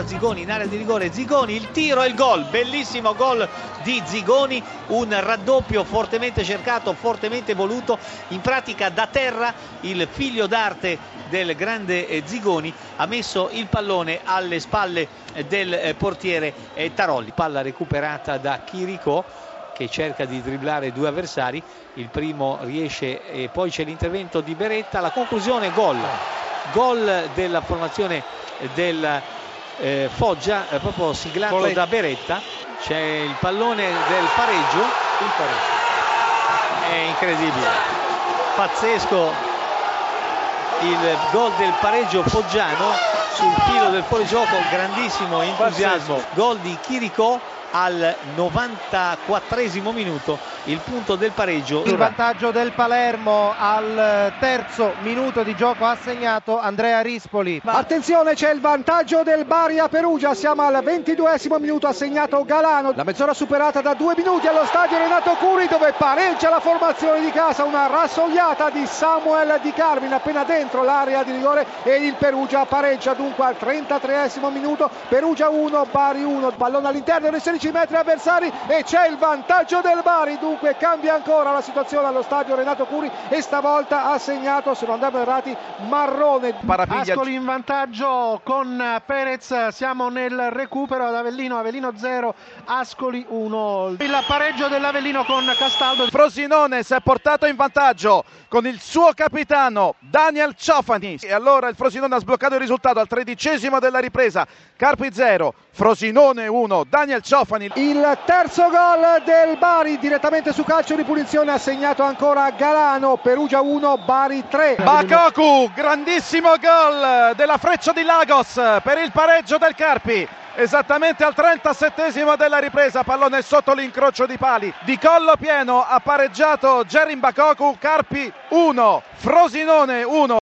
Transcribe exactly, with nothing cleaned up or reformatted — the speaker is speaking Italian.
palla Zigoni in area di rigore, Zigoni, il tiro e il gol, bellissimo gol di Zigoni, un raddoppio fortemente cercato, fortemente voluto, in pratica da terra il figlio d'arte del grande Zigoni ha messo il pallone alle spalle del portiere Tarolli, palla recuperata da Chirico che cerca di dribblare due avversari, il primo riesce e poi c'è l'intervento di Beretta, la conclusione gol, gol della formazione del eh, Foggia, eh, proprio siglato Volevo. da Beretta, c'è il pallone del pareggio, il pareggio, è incredibile, pazzesco il gol del pareggio foggiano sul filo del fuorigioco, grandissimo entusiasmo, gol di Chirico al novantaquattresimo minuto, il punto del pareggio. Il vantaggio del Palermo al terzo minuto di gioco ha segnato Andrea Rispoli. Attenzione, c'è il vantaggio del Bari a Perugia, siamo al ventiduesimo minuto, ha segnato Galano. La mezz'ora superata da due minuti allo stadio Renato Curi, dove pareggia la formazione di casa, una rassogliata di Samuel Di Carmine appena dentro l'area di rigore e il Perugia pareggia dunque al trentatreesimo minuto. Perugia uno, Bari uno, pallone all'interno dei sedici metri avversari e c'è il vantaggio del Bari, dunque cambia ancora la situazione allo stadio Renato Curi e stavolta ha segnato, se non andiamo errati, Marrone. Parapiglia. Ascoli in vantaggio con Perez, siamo nel recupero ad Avellino, Avellino zero, Ascoli uno. Il pareggio dell'Avellino con Castaldo. Frosinone si è portato in vantaggio con il suo capitano Daniel Ciofani e allora il Frosinone ha sbloccato il risultato al tredicesimo della ripresa. Carpi zero, Frosinone uno, Daniel Ciofani. Il terzo gol del Bari direttamente su calcio di punizione ha segnato ancora Galano, Perugia uno, Bari tre. Bakoku, grandissimo gol della Freccia di Lagos per il pareggio del Carpi. Esattamente al trentasettesimo della ripresa, pallone sotto l'incrocio di pali, di collo pieno ha pareggiato Gerin Bakoku. Carpi uno, Frosinone uno.